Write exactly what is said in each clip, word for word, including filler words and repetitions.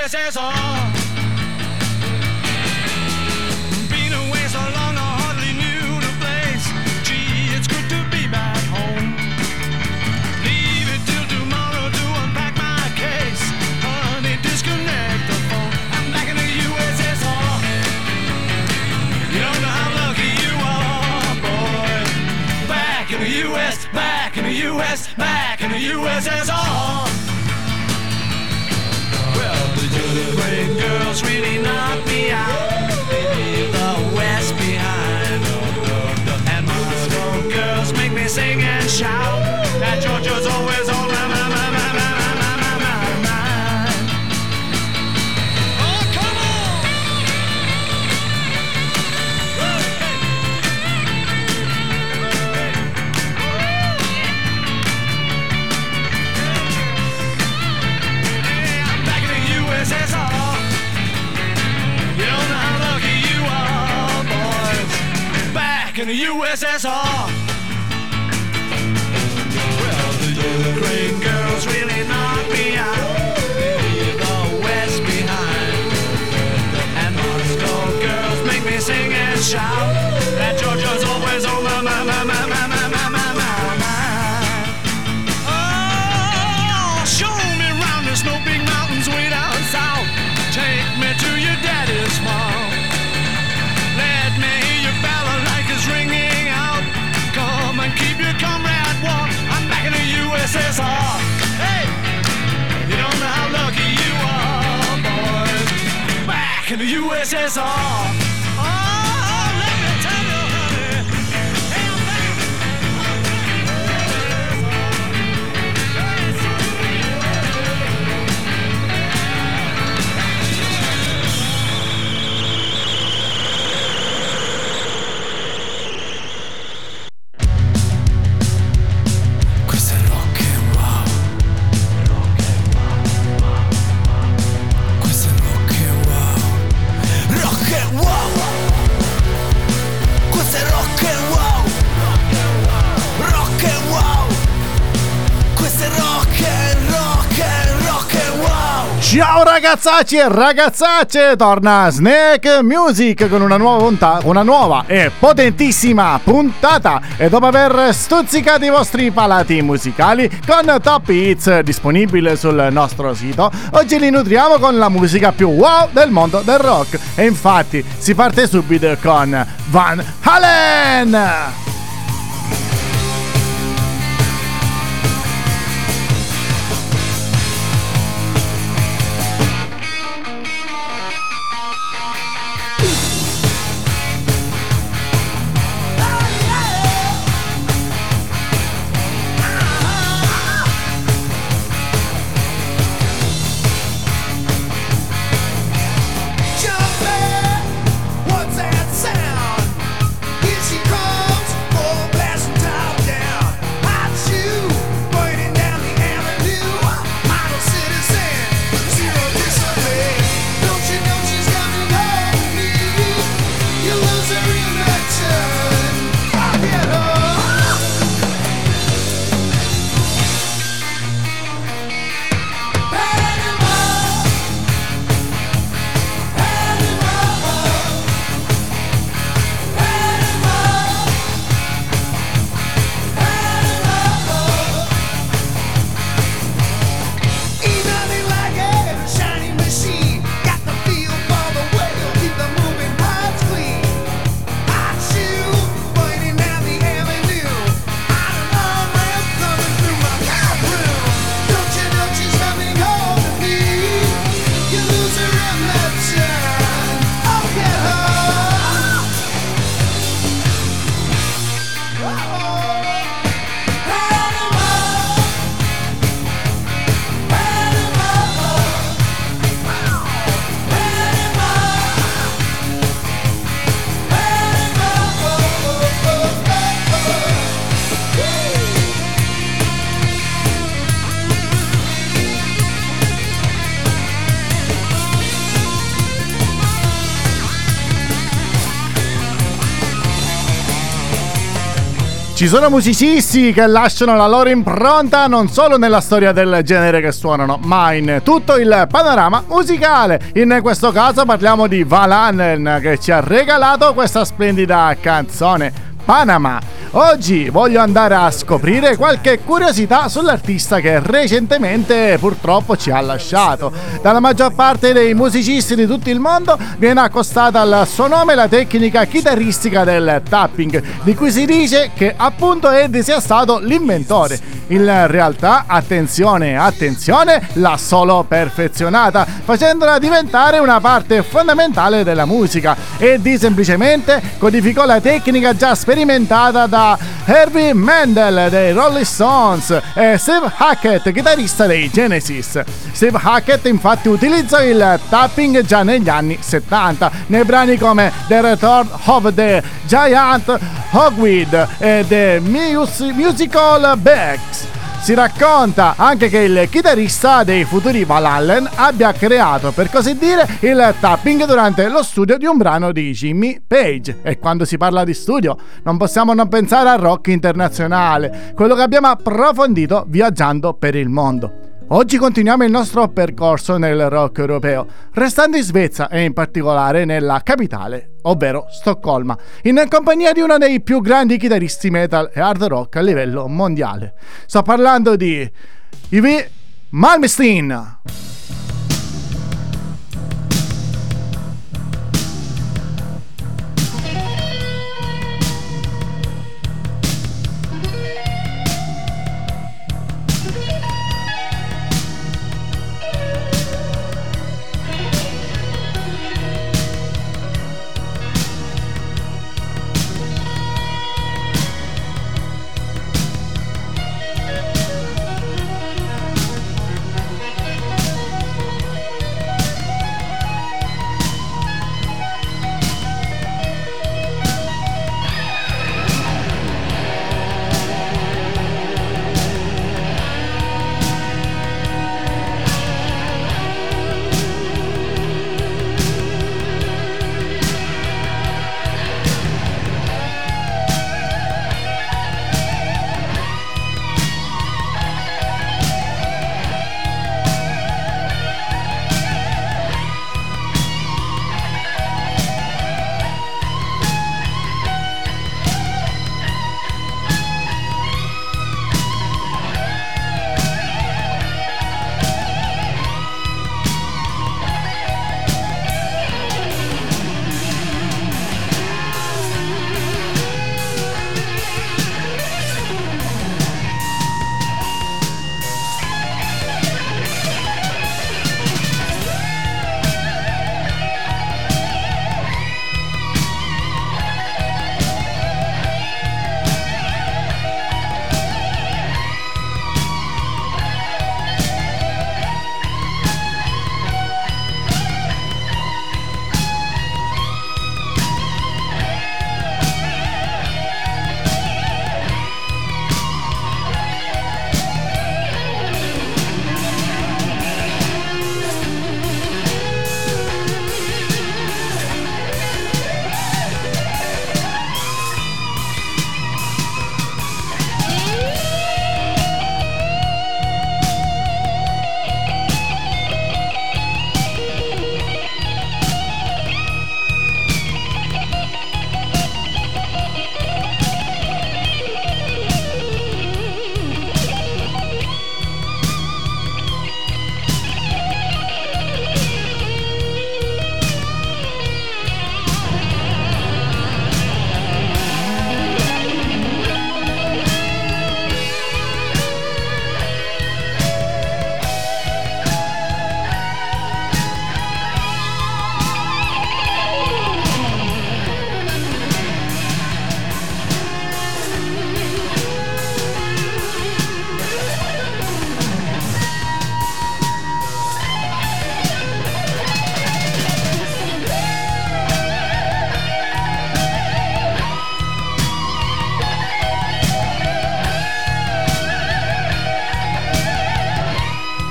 S S R. Been away so long I hardly knew the place. Gee, it's good to be back home. Leave it till tomorrow to unpack my case. Honey, disconnect the phone. I'm back in the U S S R. You don't know how lucky you are, boy. Back in the U S, back in the U S, back in the U S S R. Well, the great girls really knock me out. They leave the West behind. And Moscow girls make me sing and shout. That Georgia's always on my, my, my, my, my, my, my, my mind. Oh, come on! Hey, I'm back in the U S S R. You don't know how lucky you are, boys. Back in the U S S R. Well, the Ukraine girls really knock me out. They leave the West behind. And Moscow girls make me sing and shout. That Georgia's always on my, my, my, my, my, my, my, my, my mind. Oh, show me round, there's no big mountains way down south. Take me to your daddy's farm. Let me hear your balalaikas ringing out. Come and keep your comrade warm. I'm back in the U S S R. Hey, you don't know how lucky you are, boys. Back in the U S S R. Oh, let me tell you, honey. Hey, I'm back. Questo è rock and wow. Questo è rock and wow. Rock and wow. Questo è rock and wow. Rock and wow. Questo è rock and rock and rock and wow. Ciao ragazzacci e ragazzacce, torna Snake Music con una nuova, punta- una nuova e potentissima puntata, e dopo aver stuzzicato i vostri palati musicali con top hits disponibili sul nostro sito, oggi li nutriamo con la musica più wow del mondo del rock, e infatti si parte subito con Van Halen. Jumping, what's that sound? Here she comes. Ci sono musicisti che lasciano la loro impronta non solo nella storia del genere che suonano, ma in tutto il panorama musicale. In questo caso parliamo di Val Allen, che ci ha regalato questa splendida canzone, Panama. Oggi voglio andare a scoprire qualche curiosità sull'artista che recentemente purtroppo ci ha lasciato. Dalla maggior parte dei musicisti di tutto il mondo viene accostata al suo nome la tecnica chitarristica del tapping, di cui si dice che appunto Eddie sia stato l'inventore. In realtà, attenzione, attenzione, l'ha solo perfezionata, facendola diventare una parte fondamentale della musica. Eddie semplicemente codificò la tecnica già sperimentata da Herbie Mandel dei Rolling Stones e Steve Hackett, chitarrista dei Genesis. Steve Hackett infatti utilizzò il tapping già negli anni settanta nei brani come The Return of the Giant Hogweed e The Mus- Musical Bags. Si racconta anche che il chitarrista dei futuri Val Allen abbia creato, per così dire, il tapping durante lo studio di un brano di Jimmy Page. E quando si parla di studio non possiamo non pensare al rock internazionale, quello che abbiamo approfondito viaggiando per il mondo. Oggi continuiamo il nostro percorso nel rock europeo, restando in Svezia e in particolare nella capitale, ovvero Stoccolma, in compagnia di uno dei più grandi chitarristi metal e hard rock a livello mondiale. Sto parlando di Yngwie Malmsteen.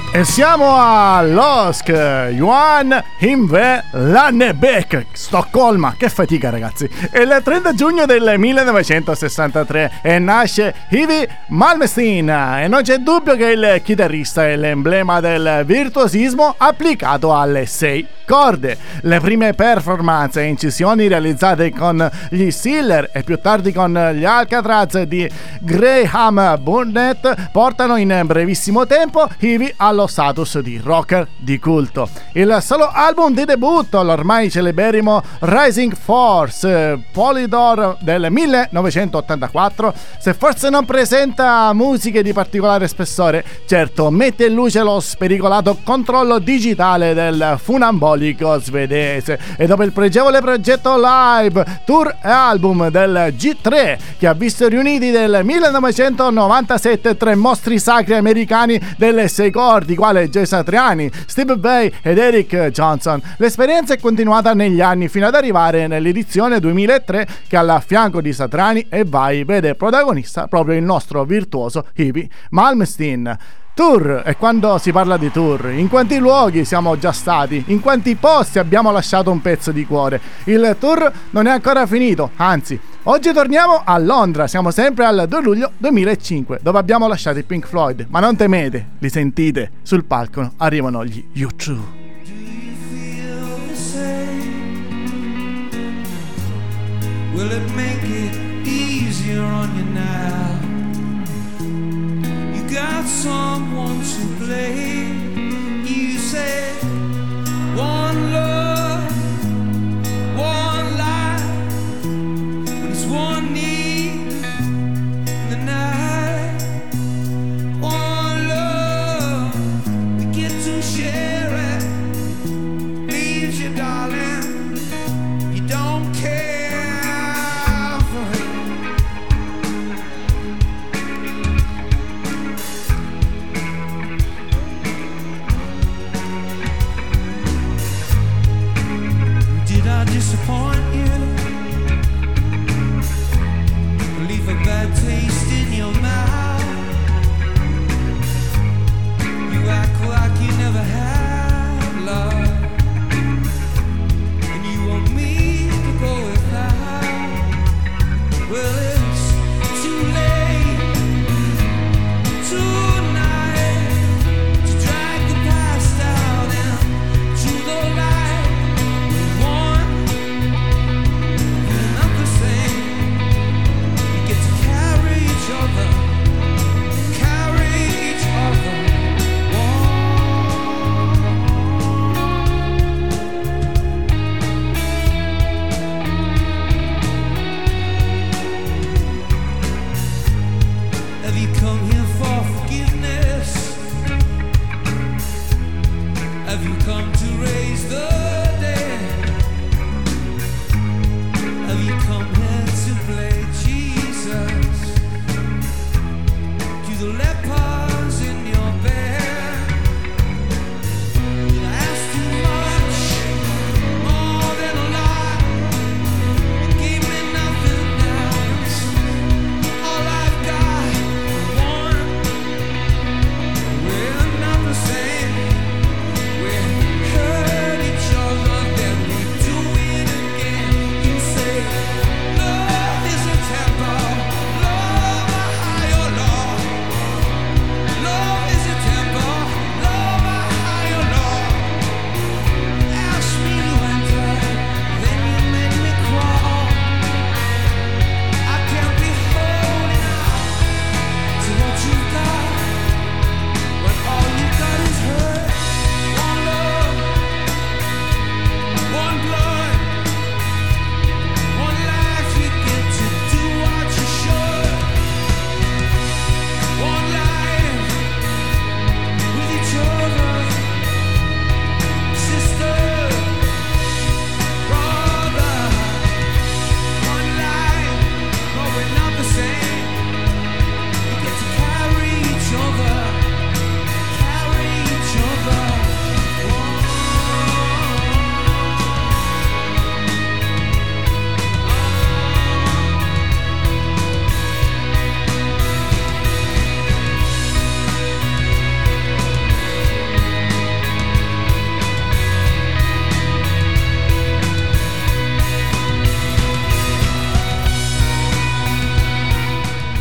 E siamo a Losk, Johan Himve Lannebeck, Stoccolma. Che fatica, ragazzi. È il trenta giugno del millenovecentosessantatré e nasce Heavy Malmsteen. E non c'è dubbio che il chitarrista è l'emblema del virtuosismo applicato alle sei corde. Le prime performance e incisioni realizzate con gli Steeler e più tardi con gli Alcatraz di Graham Burnett portano in brevissimo tempo Heavy allo status di rocker di culto. Il solo album di debutto, l'ormai celeberrimo Rising Force Polydor del millenovecentottantaquattro, se forse non presenta musiche di particolare spessore, certo mette in luce lo spericolato controllo digitale del funambolico svedese. E dopo il pregevole progetto live, tour e album del G tre, che ha visto riuniti nel millenovecentonovantasette tre mostri sacri americani delle sei cordi quale Jay Satriani, Steve Vai ed Eric Johnson, l'esperienza è continuata negli anni fino ad arrivare nell'edizione duemilatré che al fianco di Satriani e Vai vede protagonista proprio il nostro virtuoso Heavy Malmsteen. Tour, e quando si parla di tour, in quanti luoghi siamo già stati, in quanti posti abbiamo lasciato un pezzo di cuore. Il tour non è ancora finito, anzi, oggi torniamo a Londra, siamo sempre al due luglio duemilacinque, dove abbiamo lasciato i Pink Floyd, ma non temete, li sentite, sul palco arrivano gli U due. Will it make it easier on you now? You got someone to blame. You said one love, one life, but it's one need in the night. One love, we get to share it. Leaves you, darling, you don't care.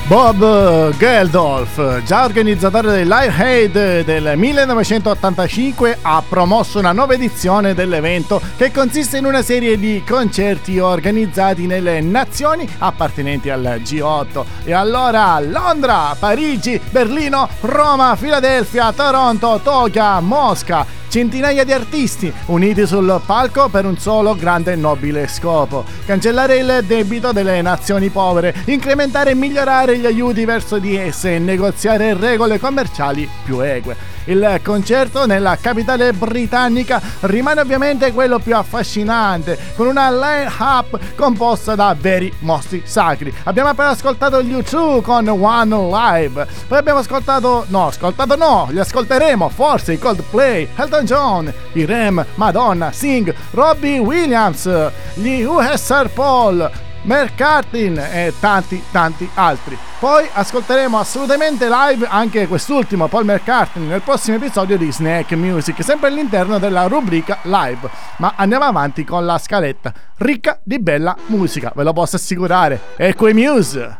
Bob Geldof, già organizzatore del Live Aid del millenovecentottantacinque, ha promosso una nuova edizione dell'evento che consiste in una serie di concerti organizzati nelle nazioni appartenenti al G otto. E allora Londra, Parigi, Berlino, Roma, Filadelfia, Toronto, Tokyo, Mosca. Centinaia di artisti uniti sul palco per un solo grande e nobile scopo: cancellare il debito delle nazioni povere, incrementare e migliorare gli aiuti verso di esse e negoziare regole commerciali più eque. Il concerto nella capitale britannica rimane ovviamente quello più affascinante, con una line-up composta da veri mostri sacri. Abbiamo appena ascoltato gli U due con One Live, poi abbiamo ascoltato, no, ascoltato no, li ascolteremo forse i Coldplay, Elton John, i Rem, Madonna, Sing, Robbie Williams, gli U S R Paul, McCartney e tanti tanti altri. Poi ascolteremo assolutamente live anche quest'ultimo, Paul McCartney, nel prossimo episodio di Snack Music, sempre all'interno della rubrica live. Ma andiamo avanti con la scaletta ricca di bella musica, ve lo posso assicurare. Ecco i Muse.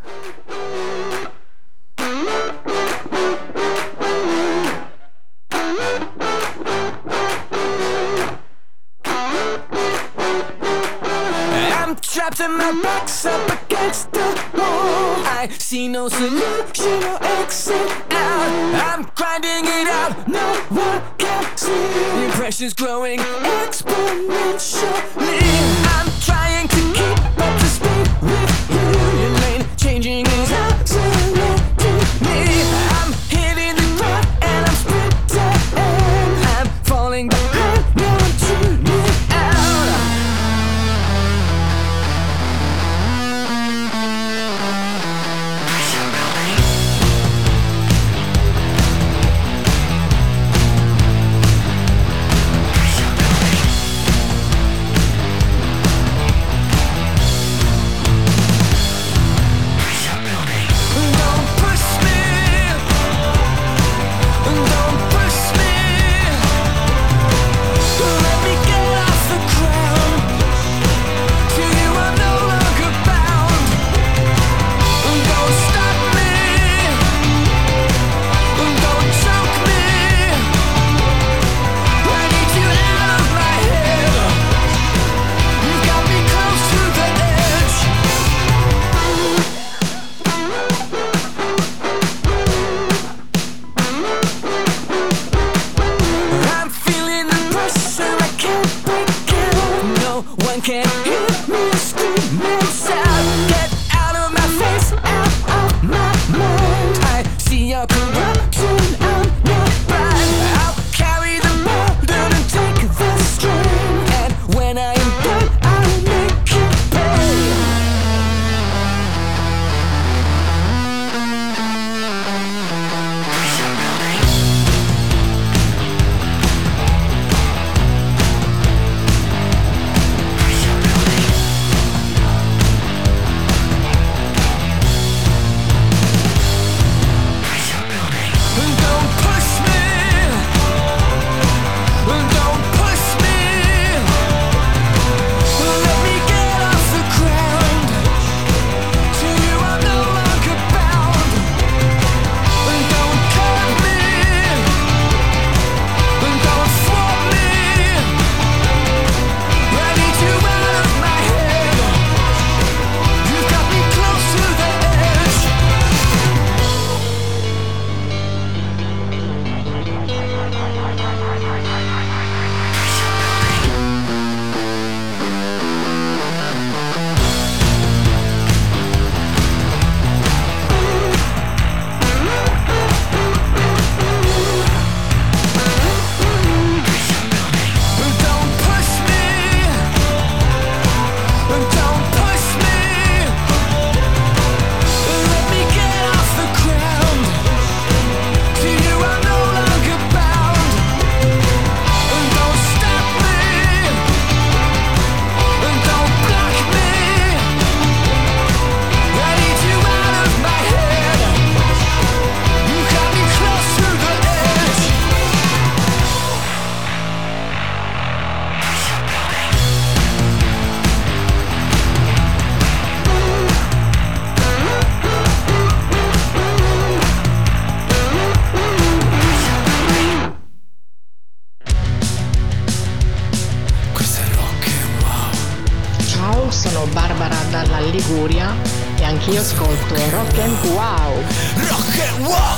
Trapped and my back's up against the wall. I see no solution or exit out. I'm grinding it out, no one can see. The impression's growing exponentially. I'm trying to keep up to speed with you. Your lane changing is accelerating me. I'm hitting the ground and I'm sprinting. I'm falling behind, no one tuning out. Liguria e anch'io ascolto Rock and Wow. Rock and Wow.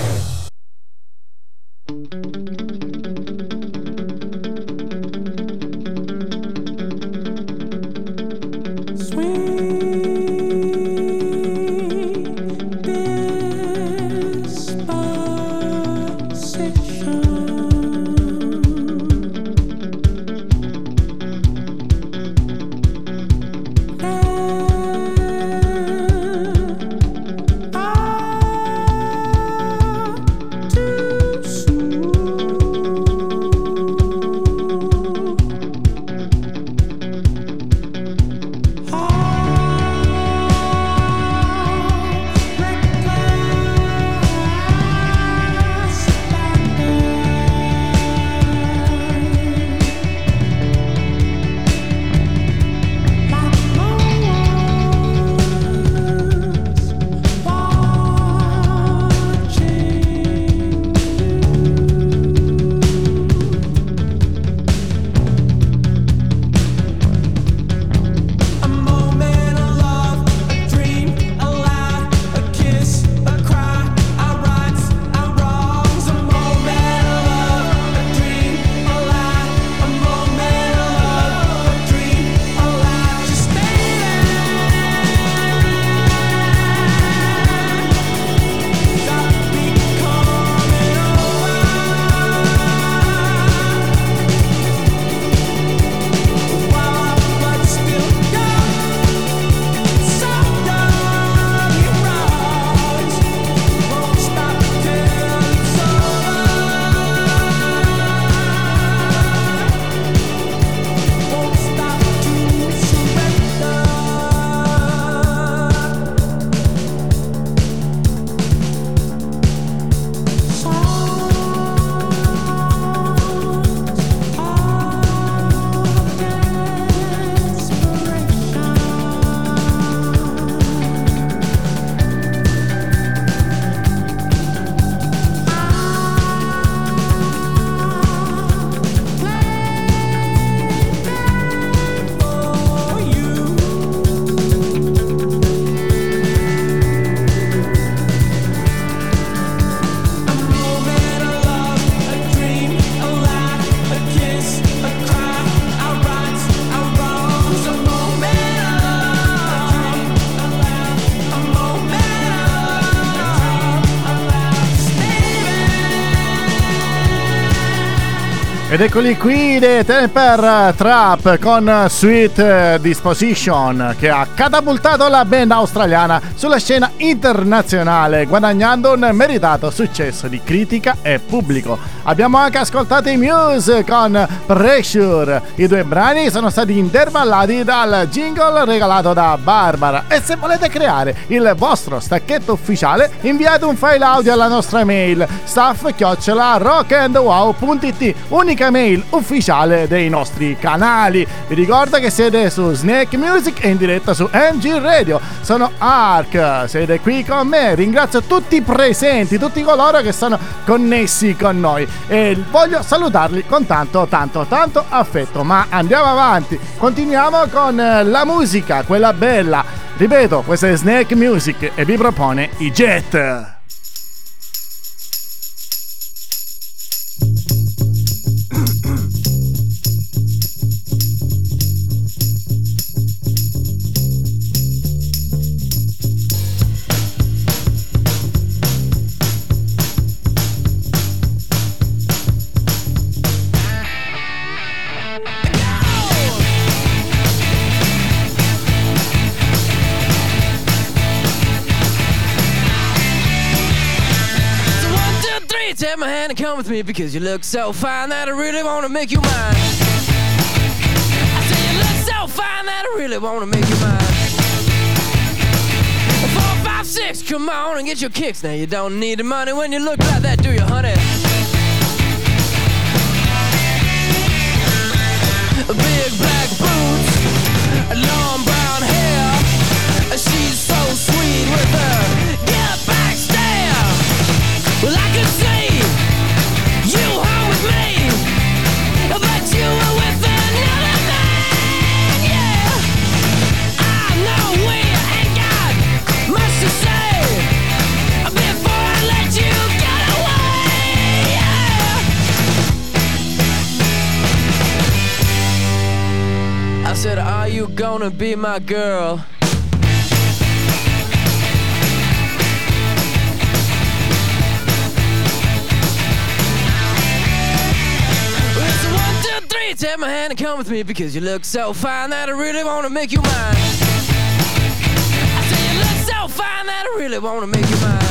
Ed eccoli qui dei Temper Trap con Sweet Disposition, che ha catapultato la band australiana sulla scena internazionale, guadagnando un meritato successo di critica e pubblico. Abbiamo anche ascoltato i Muse con Pressure. I due brani sono stati intervallati dal jingle regalato da Barbara. E se volete creare il vostro stacchetto ufficiale, inviate un file audio alla nostra mail staff chiocciola rockandwow punto it, unica mail ufficiale dei nostri canali. Vi ricordo che siete su Snake Music e in diretta su M G Radio. Sono Ark, siete qui con me. Ringrazio tutti i presenti, tutti coloro che sono connessi con noi e voglio salutarli con tanto tanto tanto affetto. Ma andiamo avanti, continuiamo con la musica, quella bella. Ripeto, questa è Snake Music e vi propone i Jet. Take my hand and come with me because you look so fine that I really want to make you mine. I say you look so fine that I really want to make you mine. Four, five, six, come on and get your kicks. Now you don't need the money when you look like that, do you, honey? Big black boots, long brown hair. She's so sweet with her get back stare. Well, I can see you home with me, but you were with another man, yeah. I know we're said, are you gonna be my girl? It's one, two, three, take my hand and come with me, because you look so fine that I really wanna make you mine. I said you look so fine that I really wanna make you mine.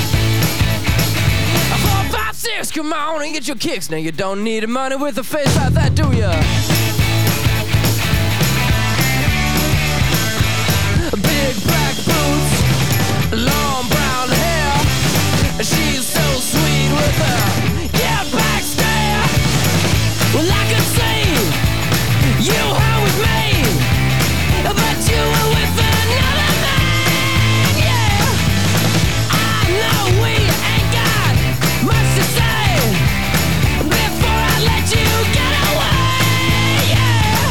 Four, five, six, come on and get your kicks. Now you don't need money with a face like that, do ya? Big black boots, long brown hair. She's so sweet with her get back stare. Well, I could see you were with me, but you were with another man. Yeah, I know we ain't got much to say before I let you get away. Yeah.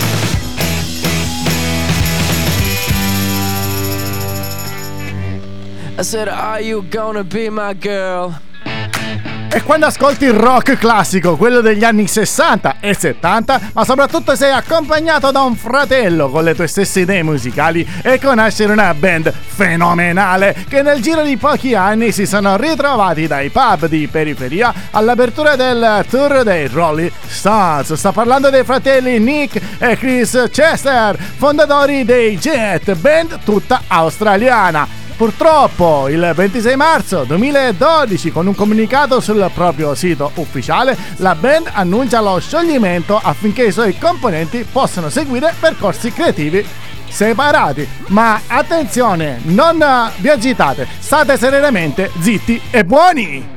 I said, are you gonna be my girl? E quando ascolti il rock classico, quello degli anni sessanta e settanta, ma soprattutto sei accompagnato da un fratello con le tue stesse idee musicali e conoscere una band fenomenale che nel giro di pochi anni si sono ritrovati dai pub di periferia all'apertura del tour dei Rolling Stones. Sto parlando dei fratelli Nick e Chris Chester, fondatori dei Jet, band tutta australiana. Purtroppo il ventisei marzo duemiladodici, con un comunicato sul proprio sito ufficiale, la band annuncia lo scioglimento affinché i suoi componenti possano seguire percorsi creativi separati. Ma attenzione, non vi agitate, state serenamente zitti e buoni!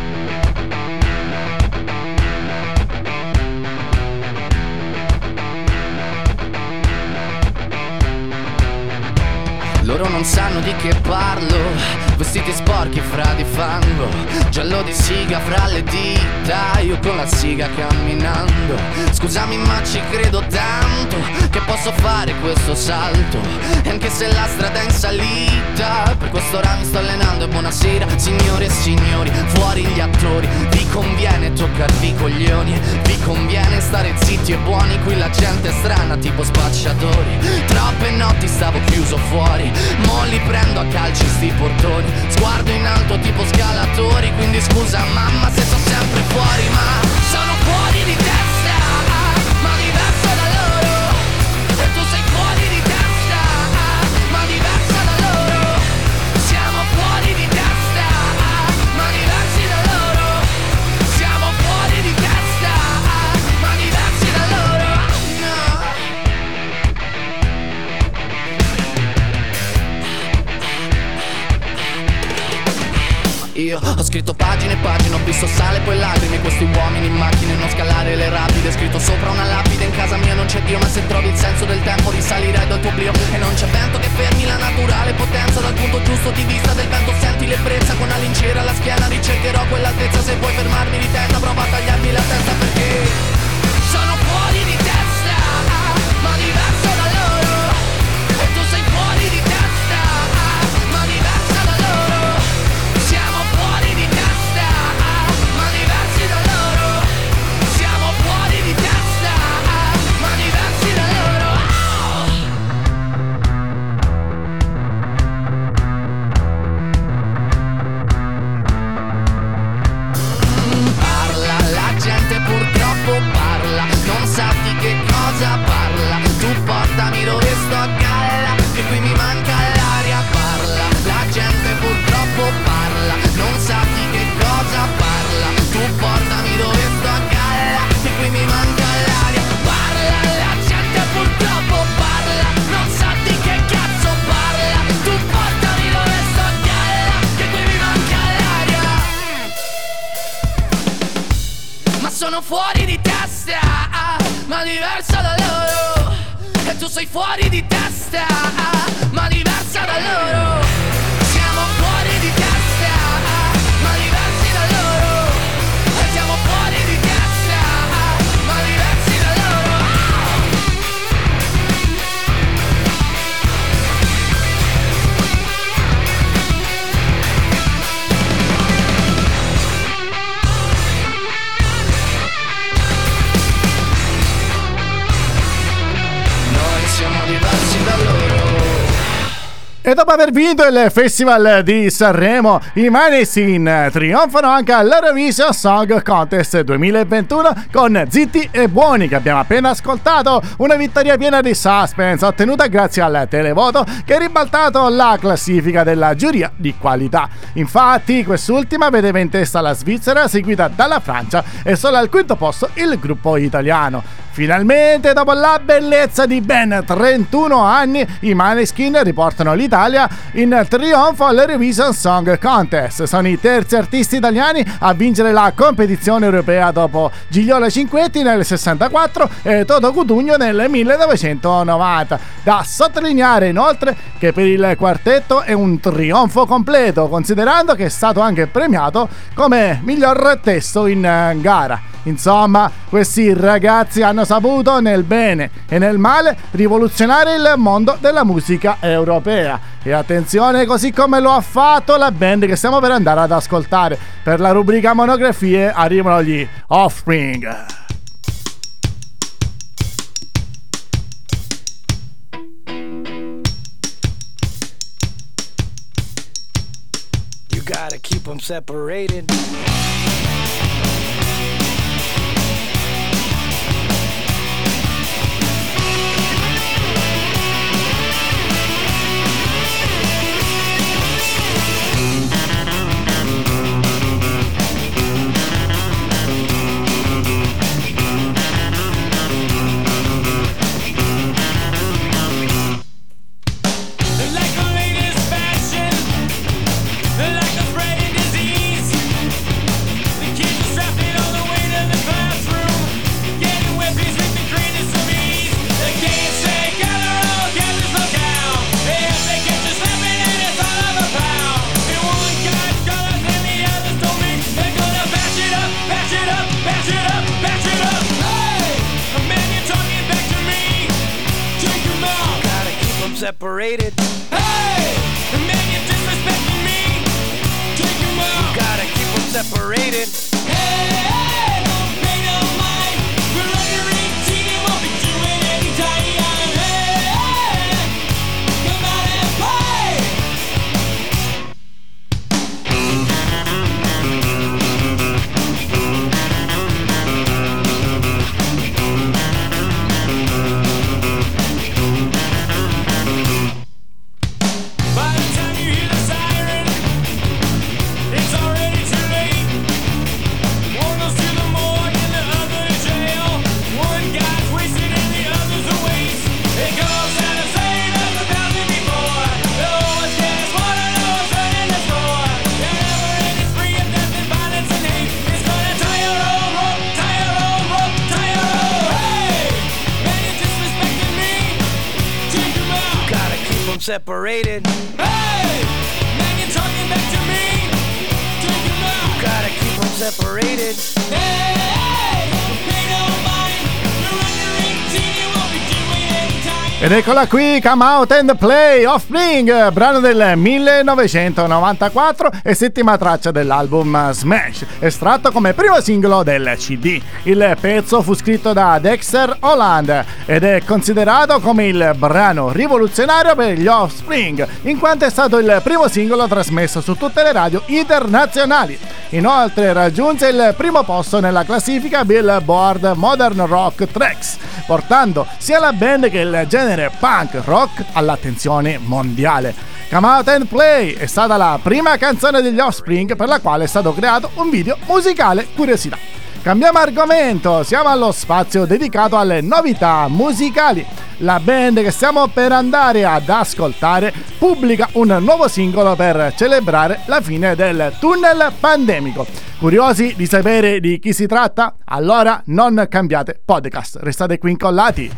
Loro non sanno di che parlo, vestiti sporchi fra di fango, giallo di siga fra le dita, io con la siga camminando. Scusami ma ci credo tanto che posso fare questo salto, e anche se la strada è in salita, per quest'ora mi sto allenando. E buonasera signore e signori, fuori gli attori, vi conviene toccarvi i coglioni, vi conviene stare zitti e buoni, qui la gente è strana tipo spacciatori. Troppe notti stavo chiuso fuori, mo li prendo a calci sti portoni, sguardo in alto tipo scalatori, quindi scusa mamma se sto sempre fuori, ma sono fuori di testa, ma diverso da loro, e tu sei fuori di testa, ma diversa da loro, siamo fuori di testa, ma diversi da loro, siamo fuori di testa, ma diversi da loro, no. Io ho scritto pagine e pagine, ho visto sale e poi lacrime, questi uomini in macchine, non scalare le rapide. Scritto sopra una lapide, in casa mia non c'è Dio, ma se trovi il senso del tempo risalirai dal tuo oblio. E non c'è vento che fermi la naturale potenza, dal punto giusto di vista del vento senti l'ebbrezza. Con una lincera alla schiena ricercherò quell'altezza, se vuoi fermarmi di testa prova a tagliarmi la testa, perché sono fuori di testa, ma diverso da loro, e tu sei fuori di testa, ma diversa da loro, siamo fuori di testa, ma diversi da loro, siamo fuori di testa, ma diversi da loro. Mm, parla, la gente purtroppo parla, non sa di che cosa parla. Tu portami dove sto a galla, che qui mi manca l'aria. Parla, la gente purtroppo parla, non sa di che cosa parla. Tu portami dove sto a galla, che qui mi manca l'aria. Parla, la gente purtroppo parla, non sa di che cazzo parla. Tu portami dove sto a galla, che qui mi manca l'aria. Ma sono fuori di testa, ma diversa da loro, e tu sei fuori di testa, ma diversa da loro, siamo fuori di testa, ma diversi da loro, e siamo fuori di testa, ma diversi da loro. E dopo aver vinto il Festival di Sanremo, i Maneskin trionfano anche all'Eurovision Song Contest duemilaventuno con Zitti e Buoni, che abbiamo appena ascoltato. Una vittoria piena di suspense ottenuta grazie al televoto che ha ribaltato la classifica della giuria di qualità. Infatti quest'ultima vedeva in testa la Svizzera, seguita dalla Francia, e solo al quinto posto il gruppo italiano. Finalmente, dopo la bellezza di ben trentuno anni, i Maneskin riportano l'Italia in trionfo all'Eurovision Song Contest. Sono i terzi artisti italiani a vincere la competizione europea dopo Gigliola Cinquetti nel sessantaquattro e Toto Cutugno nel millenovecentonovanta. Da sottolineare inoltre che per il quartetto è un trionfo completo, considerando che è stato anche premiato come miglior testo in gara. Insomma, questi ragazzi hanno saputo nel bene e nel male rivoluzionare il mondo della musica europea. E attenzione, così come lo ha fatto la band che stiamo per andare ad ascoltare. Per la rubrica monografie arrivano gli Offspring. You gotta keep them separated. Separated. Hey, the man you're disrespecting me. Take him out. You gotta keep them separated. Hey, hey, don't pay no mind. We're under eighteen and won't be doing any time. Hey, hey, come out and play. Separated. Hey, man, you're talking back to me. Take him out. You gotta keep them separated. Hey, hey, pay no mind. You're under eighteen, you won't be doing any time. Ed eccola qui, Come Out and Play, Offspring, brano del millenovecentonovantaquattro e settima traccia dell'album Smash, estratto come primo singolo del C D. Il pezzo fu scritto da Dexter Holland ed è considerato come il brano rivoluzionario per gli Offspring, in quanto è stato il primo singolo trasmesso su tutte le radio internazionali. Inoltre raggiunse il primo posto nella classifica Billboard Modern Rock Tracks, portando sia la band che il genere punk rock all'attenzione mondiale. Come Out and Play è stata la prima canzone degli Offspring per la quale è stato creato un video musicale curiosità. Cambiamo argomento, siamo allo spazio dedicato alle novità musicali. La band che stiamo per andare ad ascoltare pubblica un nuovo singolo per celebrare la fine del tunnel pandemico. Curiosi di sapere di chi si tratta? Allora non cambiate podcast, restate qui incollati.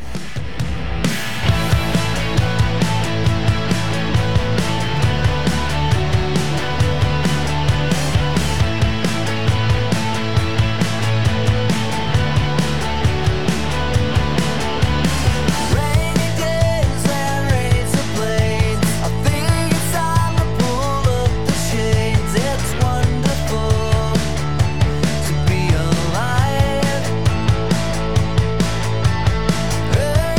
Alive.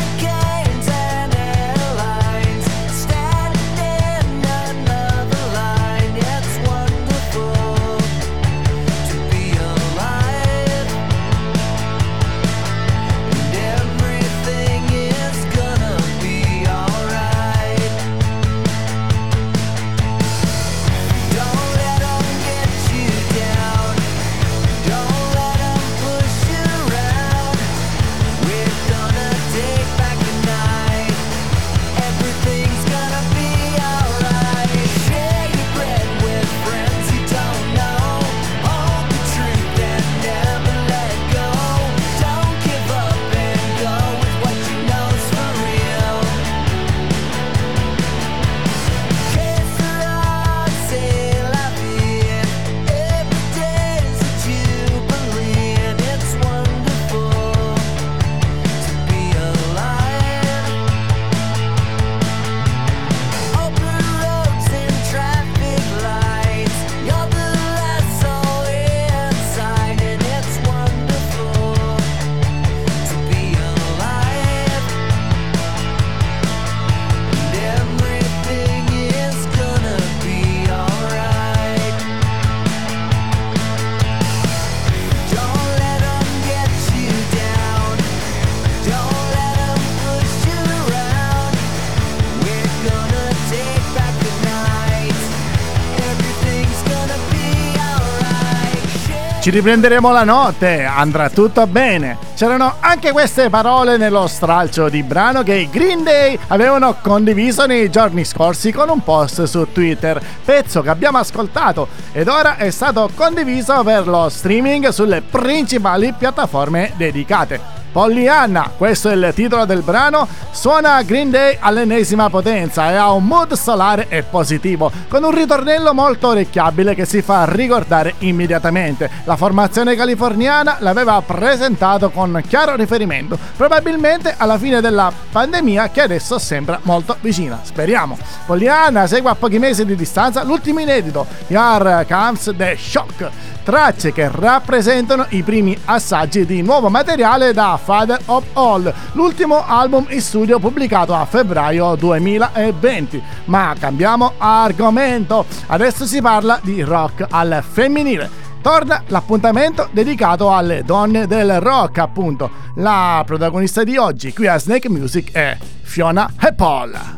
Ci riprenderemo la notte, andrà tutto bene. C'erano anche queste parole nello stralcio di brano che i Green Day avevano condiviso nei giorni scorsi con un post su Twitter, pezzo che abbiamo ascoltato ed ora è stato condiviso per lo streaming sulle principali piattaforme dedicate. Pollyanna, questo è il titolo del brano, suona Green Day all'ennesima potenza e ha un mood solare e positivo, con un ritornello molto orecchiabile che si fa ricordare immediatamente. La formazione californiana l'aveva presentato con chiaro riferimento, probabilmente alla fine della pandemia che adesso sembra molto vicina, speriamo. Pollyanna segue a pochi mesi di distanza l'ultimo inedito, Here Comes the Shock, tracce che rappresentano i primi assaggi di nuovo materiale da Father of All, l'ultimo album in studio pubblicato a febbraio duemilaventi. Ma cambiamo argomento, adesso si parla di rock al femminile. Torna l'appuntamento dedicato alle donne del rock, appunto. La protagonista di oggi qui a Snake Music è Fiona Apple.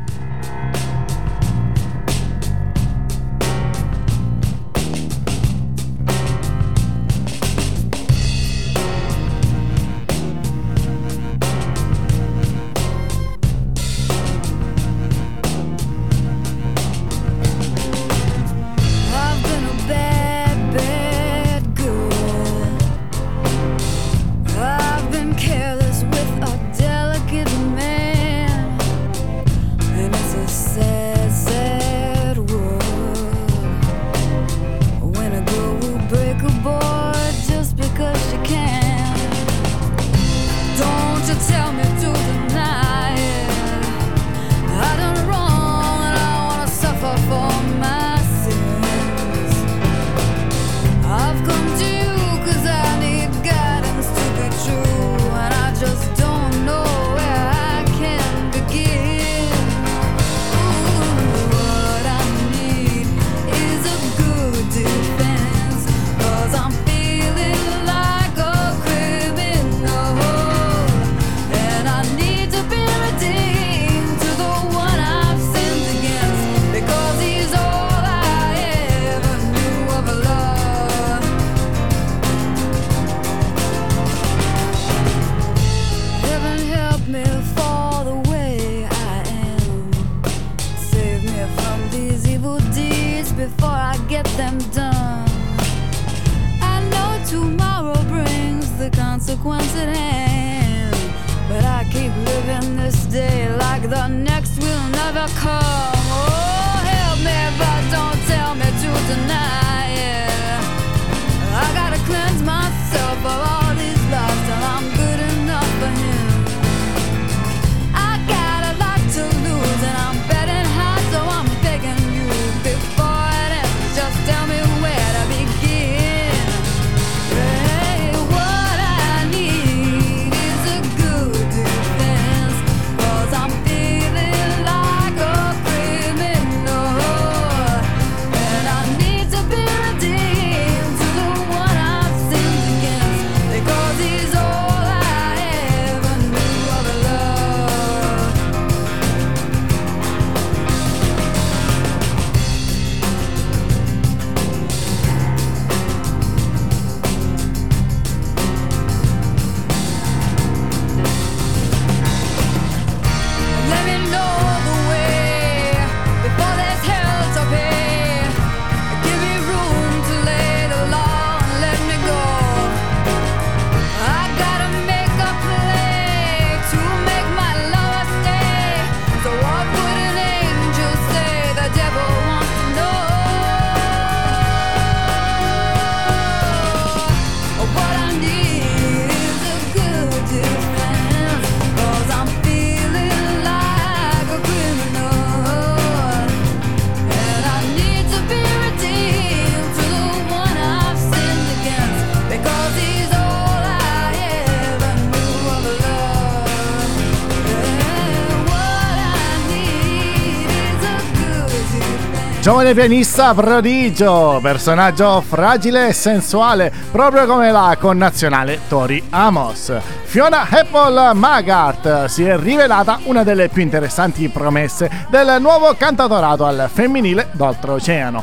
Giovane pianista prodigio, personaggio fragile e sensuale, proprio come la connazionale Tori Amos. Fiona Apple Maggart si è rivelata una delle più interessanti promesse del nuovo cantautorato al femminile d'oltreoceano.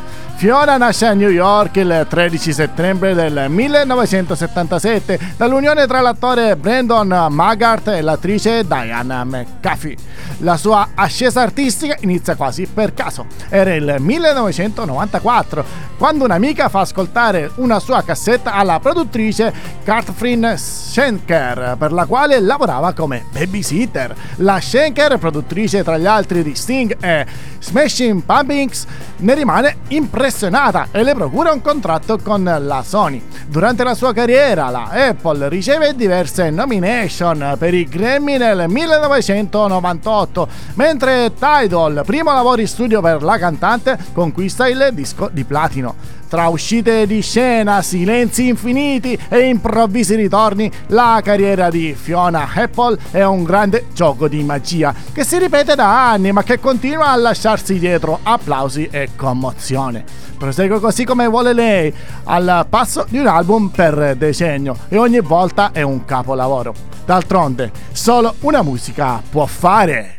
Fiona nasce a New York il tredici settembre del millenovecentosettantasette dall'unione tra l'attore Brandon Maggart e l'attrice Diana McAfee. La sua ascesa artistica inizia quasi per caso. Era il millenovecentonovantaquattro quando un'amica fa ascoltare una sua cassetta alla produttrice Catherine Schenker, per la quale lavorava come babysitter. La Schenker, produttrice tra gli altri di Sting e Smashing Pumpkins, ne rimane impressionata e le procura un contratto con la Sony. Durante la sua carriera la Apple riceve diverse nomination per i Grammy nel millenovecentonovantotto, mentre Tidal, primo lavoro in studio per la cantante, conquista il disco di platino. Tra uscite di scena, silenzi infiniti e improvvisi ritorni, la carriera di Fiona Apple è un grande gioco di magia che si ripete da anni ma che continua a lasciarsi dietro applausi e commozione. Prosegue così come vuole lei, al passo di un album per decennio, e ogni volta è un capolavoro. D'altronde, solo una musica può fare.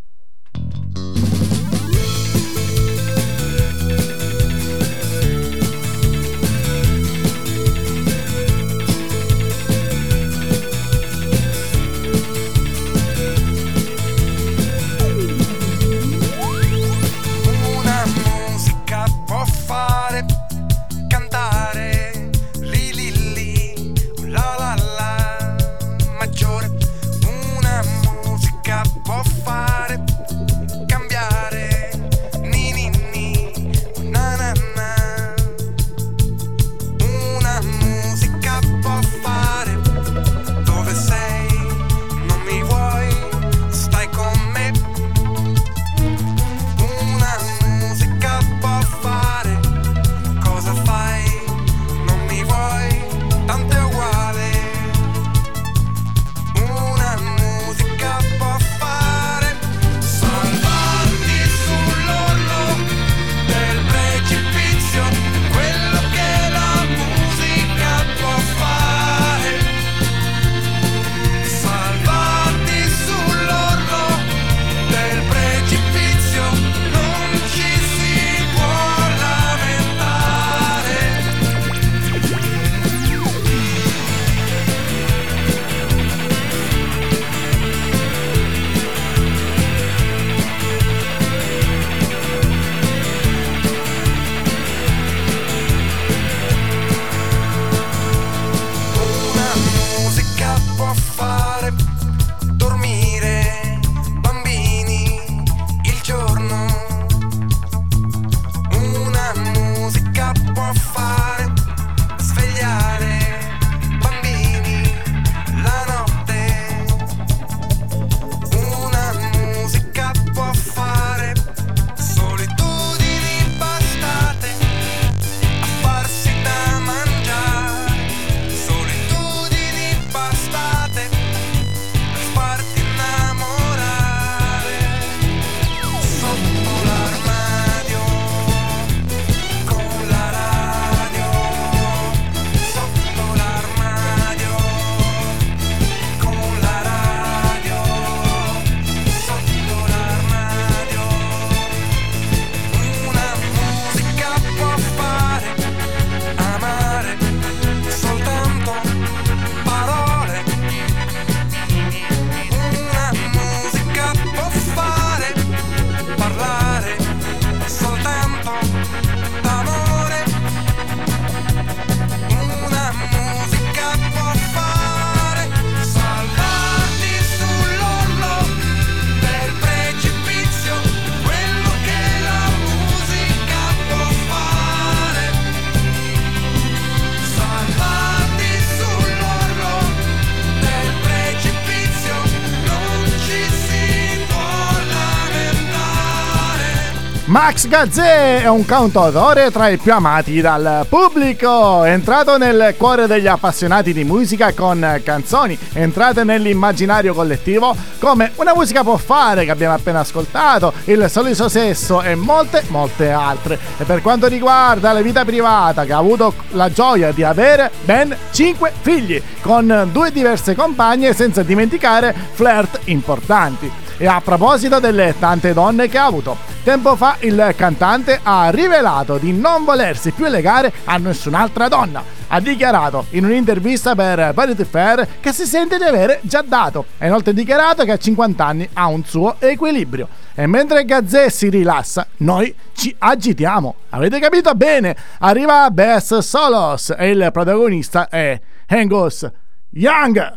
Max Gazzè è un cantautore tra i più amati dal pubblico, entrato nel cuore degli appassionati di musica con canzoni entrate nell'immaginario collettivo come Una musica può fare, che abbiamo appena ascoltato, Il solito sesso e molte molte altre. E per quanto riguarda la vita privata, che ha avuto la gioia di avere ben cinque figli con due diverse compagne, senza dimenticare flirt importanti. E a proposito delle tante donne che ha avuto, tempo fa il cantante ha rivelato di non volersi più legare a nessun'altra donna. Ha dichiarato in un'intervista per Vanity Fair che si sente di avere già dato. Ha inoltre dichiarato che a cinquanta anni ha un suo equilibrio. E mentre Gazzè si rilassa, noi ci agitiamo. Avete capito bene? Arriva Best Solos e il protagonista è Angus Young.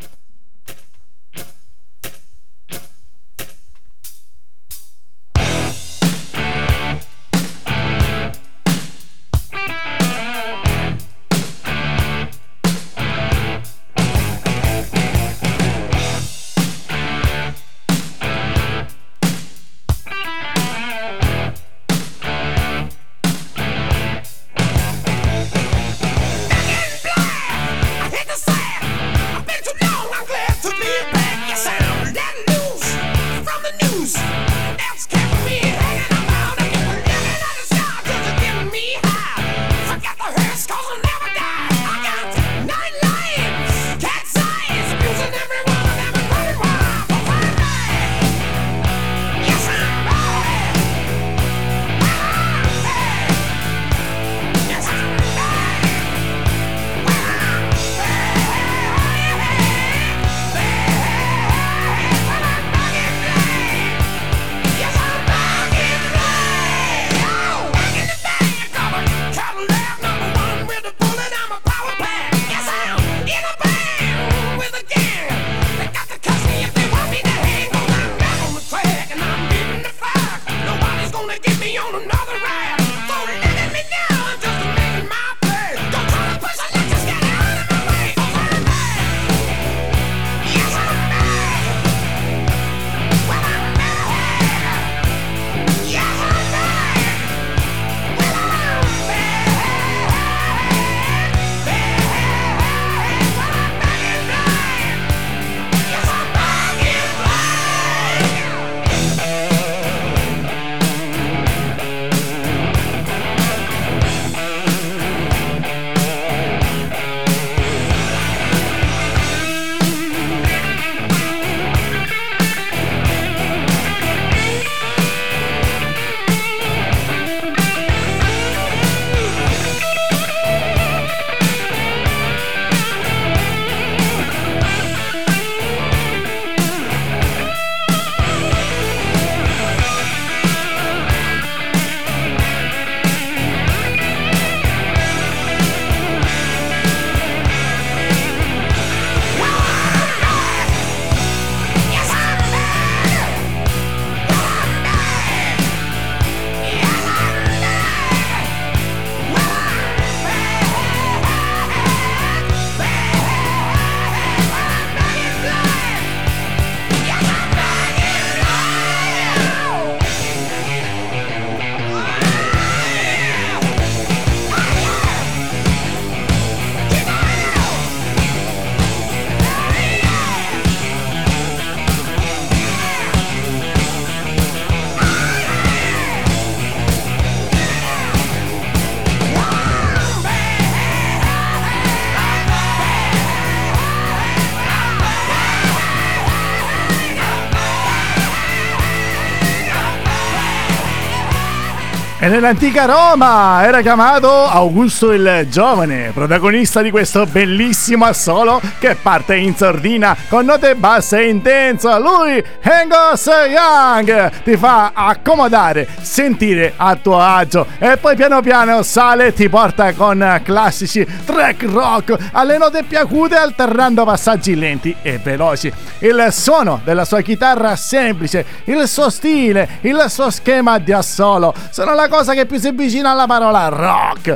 E nell'antica Roma era chiamato Augusto il Giovane, protagonista di questo bellissimo assolo che parte in sordina con note basse e intense. Lui, Angus Young, ti fa accomodare, sentire a tuo agio e poi piano piano sale e ti porta con classici track rock alle note più acute, alternando passaggi lenti e veloci. Il suono della sua chitarra semplice, il suo stile, il suo schema di assolo sono la cosa che più si avvicina alla parola rock.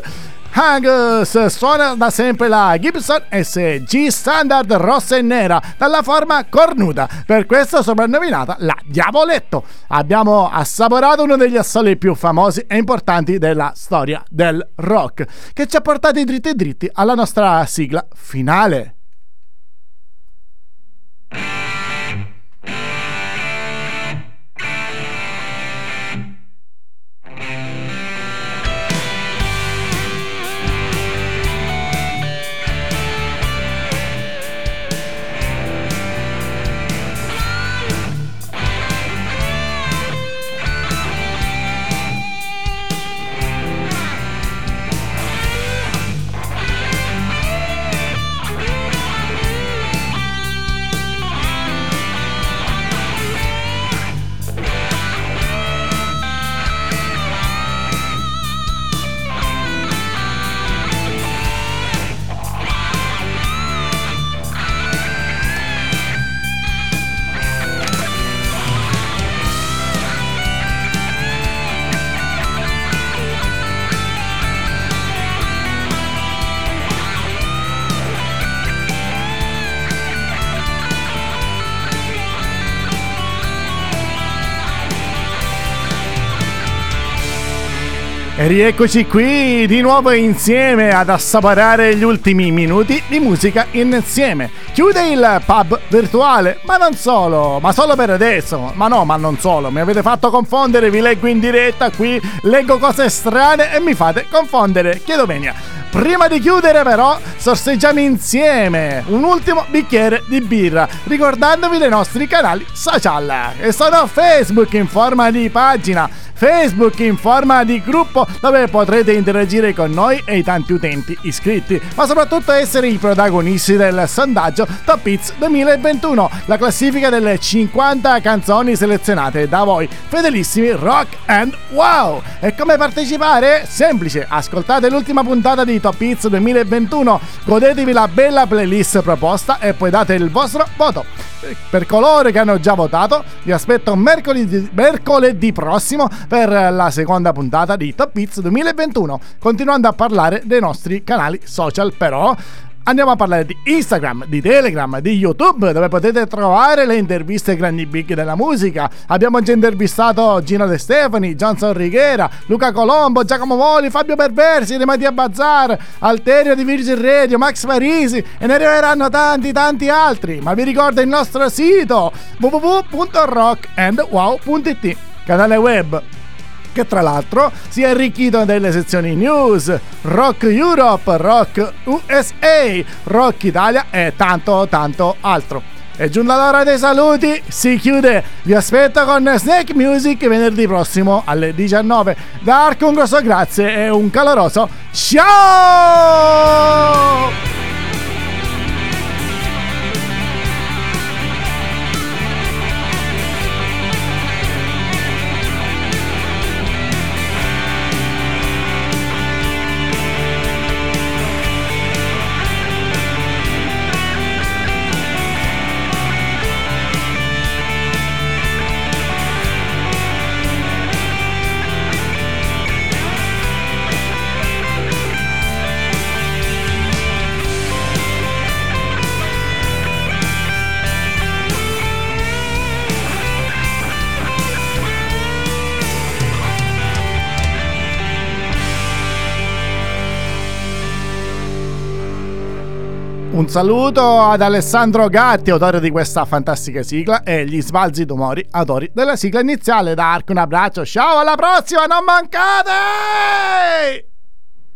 Angus suona da sempre la Gibson S G Standard rossa e nera dalla forma cornuta, per questo soprannominata la Diavoletto. Abbiamo assaporato uno degli assoli più famosi e importanti della storia del rock, che ci ha portati dritti dritti alla nostra sigla finale. E rieccoci qui di nuovo insieme ad assaporare gli ultimi minuti di musica insieme. Chiude il pub virtuale, ma non solo, ma solo per adesso. Ma no, ma non solo, mi avete fatto confondere, vi leggo in diretta qui, leggo cose strane e mi fate confondere. Chiedo venia. Prima di chiudere però sorseggiamo insieme un ultimo bicchiere di birra, ricordandovi dei nostri canali social. E sono Facebook in forma di pagina, Facebook in forma di gruppo dove potrete interagire con noi e i tanti utenti iscritti, ma soprattutto essere i protagonisti del sondaggio Top Hits duemilaventuno, la classifica delle cinquanta canzoni selezionate da voi fedelissimi rock and wow. E come partecipare? Semplice, ascoltate l'ultima puntata di Top Hits duemilaventuno, godetevi la bella playlist proposta e poi date il vostro voto. Per coloro che hanno già votato, vi aspetto mercoledì, mercoledì prossimo per la seconda puntata di Top Hits duemilaventuno, continuando a parlare dei nostri canali social. Però andiamo a parlare di Instagram, di Telegram, di YouTube, dove potete trovare le interviste grandi big della musica. Abbiamo già intervistato Gino De Stefani, Johnson Righiera, Luca Colombo, Giacomo Moli, Fabio Perversi, De Mattia Bazzar, Alterio di Virgin Radio, Max Parisi, e ne arriveranno tanti tanti altri. Ma vi ricordo il nostro sito w w w punto rock and wow punto i t, canale web che tra l'altro si è arricchito delle sezioni news, Rock Europe, Rock U S A, Rock Italia e tanto tanto altro. È giunta l'ora dei saluti, si chiude, vi aspetto con Snake Music venerdì prossimo alle diciannove. Da Arco un grosso grazie e un caloroso ciao! Un saluto ad Alessandro Gatti, autore di questa fantastica sigla, e gli Sbalzi d'Umori, autori della sigla iniziale. Da Arco un abbraccio, ciao, alla prossima, non mancate!